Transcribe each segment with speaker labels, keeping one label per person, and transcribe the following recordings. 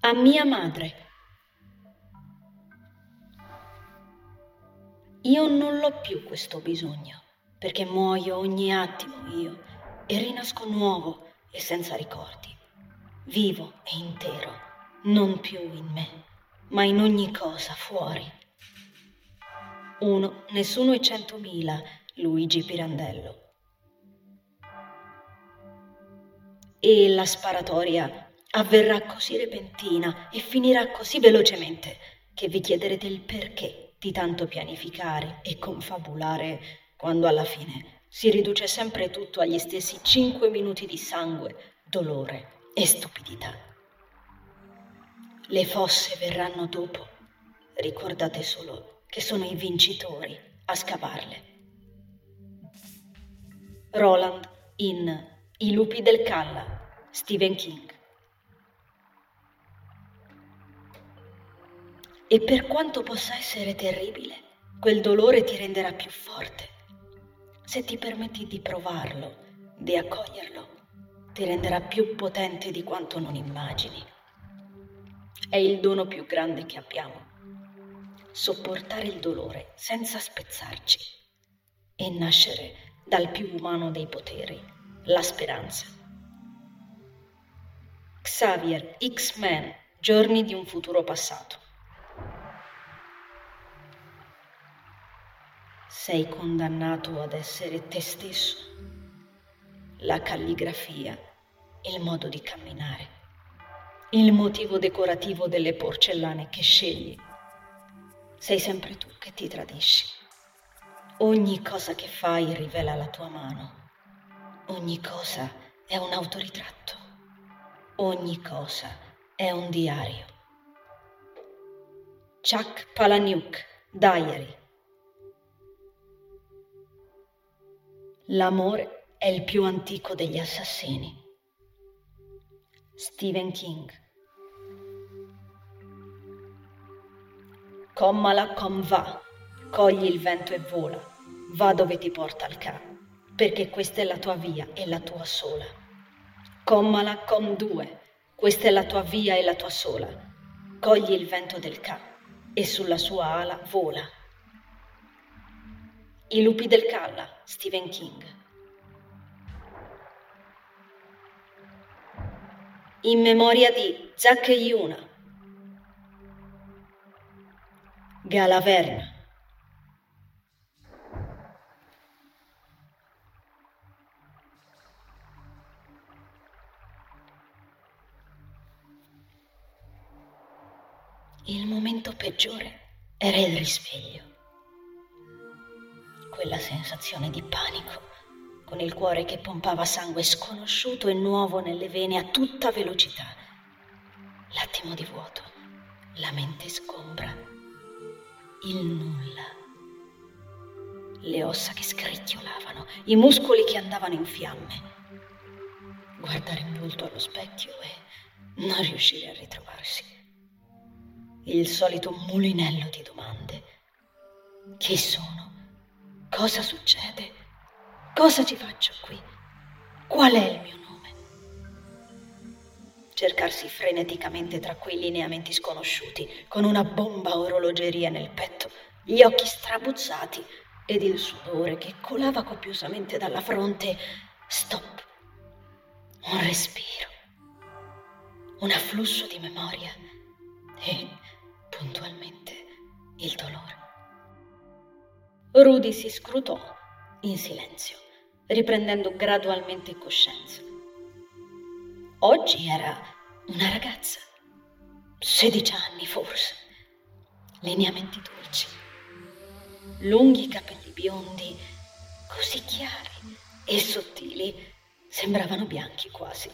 Speaker 1: A mia madre. Io non l'ho più questo bisogno, perché muoio ogni attimo io e rinasco nuovo e senza ricordi, vivo e intero, non più in me, ma in ogni cosa fuori. 1, nessuno e 100.000, Luigi Pirandello. E la sparatoria avverrà così repentina e finirà così velocemente che vi chiederete il perché di tanto pianificare e confabulare, quando alla fine si riduce sempre tutto agli stessi 5 minuti di sangue, dolore e stupidità. Le fosse verranno dopo. Ricordate solo che sono i vincitori a scavarle. Roland in I lupi del Calla, Stephen King. E per quanto possa essere terribile, quel dolore ti renderà più forte. Se ti permetti di provarlo, di accoglierlo, ti renderà più potente di quanto non immagini. È il dono più grande che abbiamo. Sopportare il dolore senza spezzarci e nascere dal più umano dei poteri, la speranza. Xavier, X-Men, Giorni di un futuro passato. Sei condannato ad essere te stesso. La calligrafia, il modo di camminare, il motivo decorativo delle porcellane che scegli. Sei sempre tu che ti tradisci. Ogni cosa che fai rivela la tua mano. Ogni cosa è un autoritratto. Ogni cosa è un diario. Chuck Palahniuk, Diary. L'amore è il più antico degli assassini. Stephen King. Commala com va, cogli il vento e vola, va dove ti porta il ca, perché questa è la tua via e la tua sola. Commala com 2, questa è la tua via e la tua sola, cogli il vento del ca e sulla sua ala vola. I lupi del Calla, Stephen King. In memoria di Zac Yuna. Galaverna. Il momento peggiore era il risveglio. Quella sensazione di panico, con il cuore che pompava sangue sconosciuto e nuovo nelle vene a tutta velocità. L'attimo di vuoto, la mente sgombra, il nulla. Le ossa che scricchiolavano, i muscoli che andavano in fiamme. Guardare in volto allo specchio e non riuscire a ritrovarsi. Il solito mulinello di domande. Chi sono? Cosa succede? Cosa ci faccio qui? Qual è il mio nome? Cercarsi freneticamente tra quei lineamenti sconosciuti, con una bomba a orologeria nel petto, gli occhi strabuzzati ed il sudore che colava copiosamente dalla fronte. Stop. Un respiro. Un afflusso di memoria e, puntualmente, il dolore. Rudy si scrutò in silenzio, riprendendo gradualmente coscienza. Oggi era una ragazza, 16 anni forse, lineamenti dolci, lunghi capelli biondi, così chiari e sottili, sembravano bianchi quasi.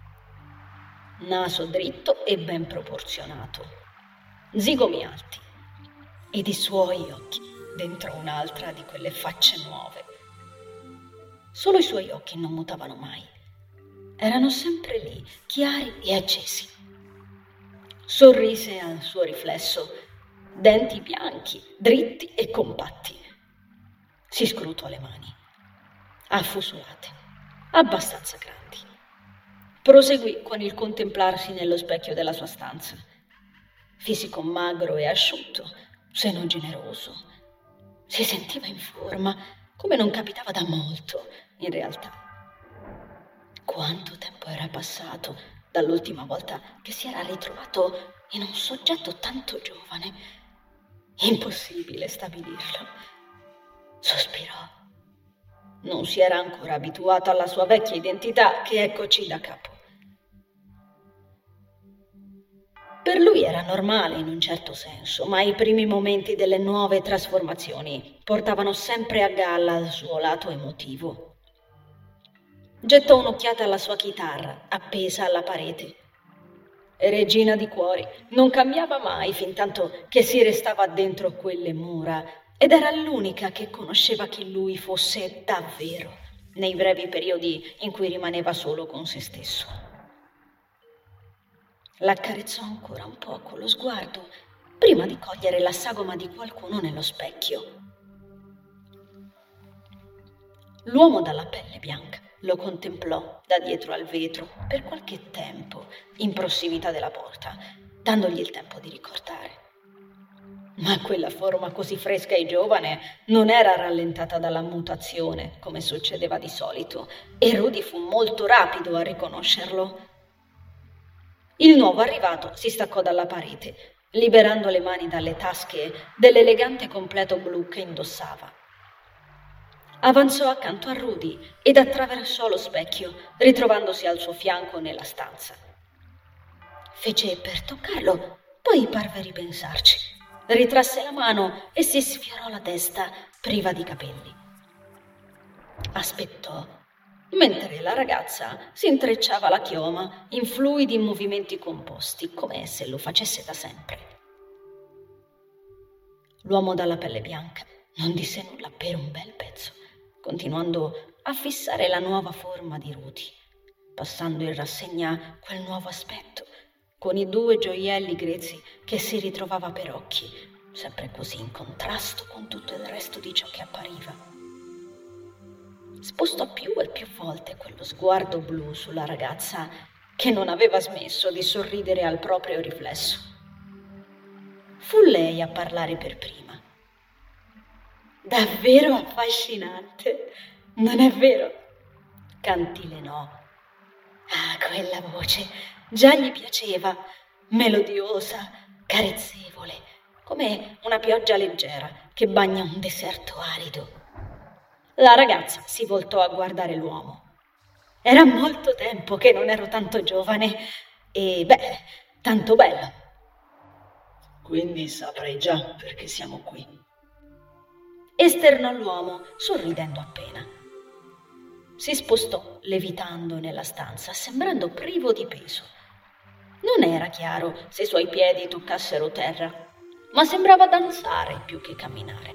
Speaker 1: Naso dritto e ben proporzionato, zigomi alti ed i suoi occhi dentro un'altra di quelle facce nuove. Solo i suoi occhi non mutavano mai. Erano sempre lì, chiari e accesi. Sorrise al suo riflesso, denti bianchi, dritti e compatti. Si scrutò le mani, affusolate, abbastanza grandi. Proseguì con il contemplarsi nello specchio della sua stanza. Fisico magro e asciutto, seno generoso. Si sentiva in forma, come non capitava da molto, in realtà. Quanto tempo era passato dall'ultima volta che si era ritrovato in un soggetto tanto giovane? Impossibile stabilirlo. Sospirò. Non si era ancora abituato alla sua vecchia identità, che eccoci da capo. Per lui era normale in un certo senso, ma i primi momenti delle nuove trasformazioni portavano sempre a galla il suo lato emotivo. Gettò un'occhiata alla sua chitarra, appesa alla parete. Regina di cuori, non cambiava mai fintanto che si restava dentro quelle mura, ed era l'unica che conosceva chi lui fosse davvero, nei brevi periodi in cui rimaneva solo con se stesso. L'accarezzò ancora un po' con lo sguardo, prima di cogliere la sagoma di qualcuno nello specchio. L'uomo dalla pelle bianca lo contemplò da dietro al vetro per qualche tempo, in prossimità della porta, dandogli il tempo di ricordare. Ma quella forma così fresca e giovane non era rallentata dalla mutazione, come succedeva di solito, e Rudy fu molto rapido a riconoscerlo. Il nuovo arrivato si staccò dalla parete, liberando le mani dalle tasche dell'elegante completo blu che indossava. Avanzò accanto a Rudy ed attraversò lo specchio, ritrovandosi al suo fianco nella stanza. Fece per toccarlo, poi parve ripensarci. Ritrasse la mano e si sfiorò la testa, priva di capelli. Aspettò, mentre la ragazza si intrecciava la chioma in fluidi movimenti composti, come se lo facesse da sempre. L'uomo dalla pelle bianca non disse nulla per un bel pezzo, continuando a fissare la nuova forma di Rudy, passando in rassegna quel nuovo aspetto, con i 2 gioielli grezzi che si ritrovava per occhi, sempre così in contrasto con tutto il resto di ciò che appariva. Spostò più e più volte quello sguardo blu sulla ragazza che non aveva smesso di sorridere al proprio riflesso. Fu lei a parlare per prima. Davvero affascinante, non è vero? Cantilenò. Ah, quella voce già gli piaceva, melodiosa, carezzevole, come una pioggia leggera che bagna un deserto arido. La ragazza si voltò a guardare l'uomo. Era molto tempo che non ero tanto giovane e, tanto bella.
Speaker 2: Quindi saprai già perché siamo qui.
Speaker 1: Esternò l'uomo, sorridendo appena. Si spostò, levitando nella stanza, sembrando privo di peso. Non era chiaro se i suoi piedi toccassero terra, ma sembrava danzare più che camminare.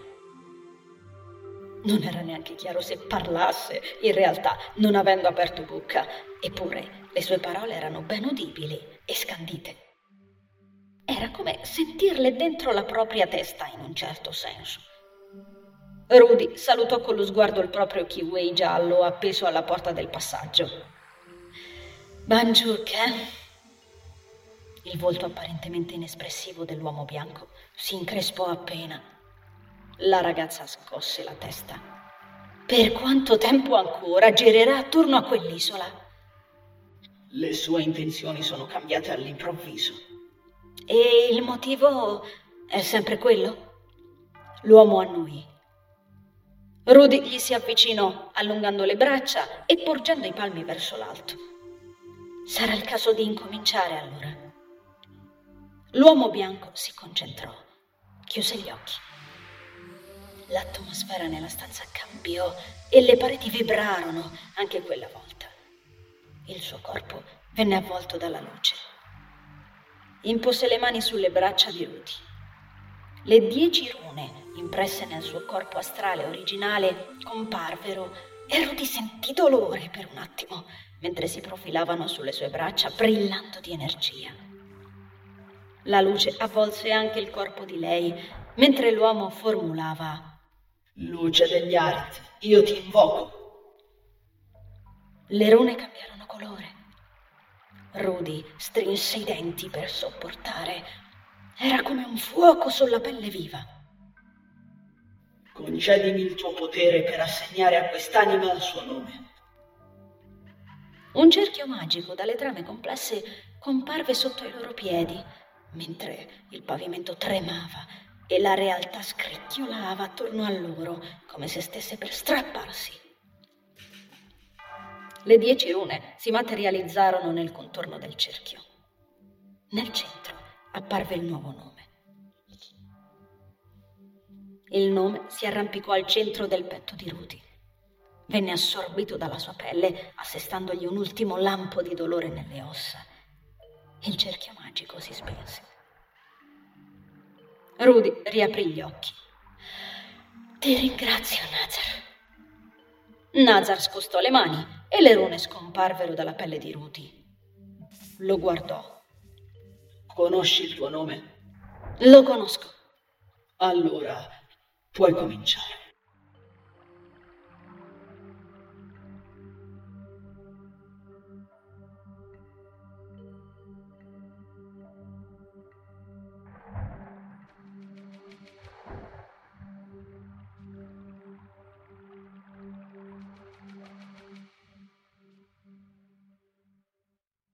Speaker 1: Non era neanche chiaro se parlasse, in realtà, non avendo aperto bocca, eppure le sue parole erano ben udibili e scandite. Era come sentirle dentro la propria testa, in un certo senso. Rudy salutò con lo sguardo il proprio kiwi giallo appeso alla porta del passaggio. Banjuk, eh? Il volto apparentemente inespressivo dell'uomo bianco si increspò appena. La ragazza scosse la testa. Per quanto tempo ancora girerà attorno a quell'isola?
Speaker 2: Le sue intenzioni sono cambiate all'improvviso.
Speaker 1: E il motivo è sempre quello? L'uomo annuì. Rudy gli si avvicinò, allungando le braccia e porgendo i palmi verso l'alto. Sarà il caso di incominciare allora. L'uomo bianco si concentrò, chiuse gli occhi. L'atmosfera nella stanza cambiò e le pareti vibrarono anche quella volta. Il suo corpo venne avvolto dalla luce. Impose le mani sulle braccia di Rudy. Le 10 rune impresse nel suo corpo astrale originale comparvero e Rudy sentì dolore per un attimo mentre si profilavano sulle sue braccia brillando di energia. La luce avvolse anche il corpo di lei mentre l'uomo formulava:
Speaker 2: Luce degli Arit, io ti invoco.
Speaker 1: Le rune cambiarono colore. Rudy strinse i denti per sopportare. Era come un fuoco sulla pelle viva.
Speaker 2: Concedimi il tuo potere per assegnare a quest'anima il suo nome.
Speaker 1: Un cerchio magico dalle trame complesse comparve sotto i loro piedi, mentre il pavimento tremava e la realtà scricchiolava attorno a loro, come se stesse per strapparsi. Le 10 rune si materializzarono nel contorno del cerchio. Nel centro apparve il nuovo nome. Il nome si arrampicò al centro del petto di Rudy. Venne assorbito dalla sua pelle, assestandogli un ultimo lampo di dolore nelle ossa. Il cerchio magico si spense. Rudy riaprì gli occhi. Ti ringrazio, Nazar. Nazar scostò le mani e le rune scomparvero dalla pelle di Rudy. Lo guardò.
Speaker 2: Conosci il tuo nome?
Speaker 1: Lo conosco.
Speaker 2: Allora, puoi cominciare.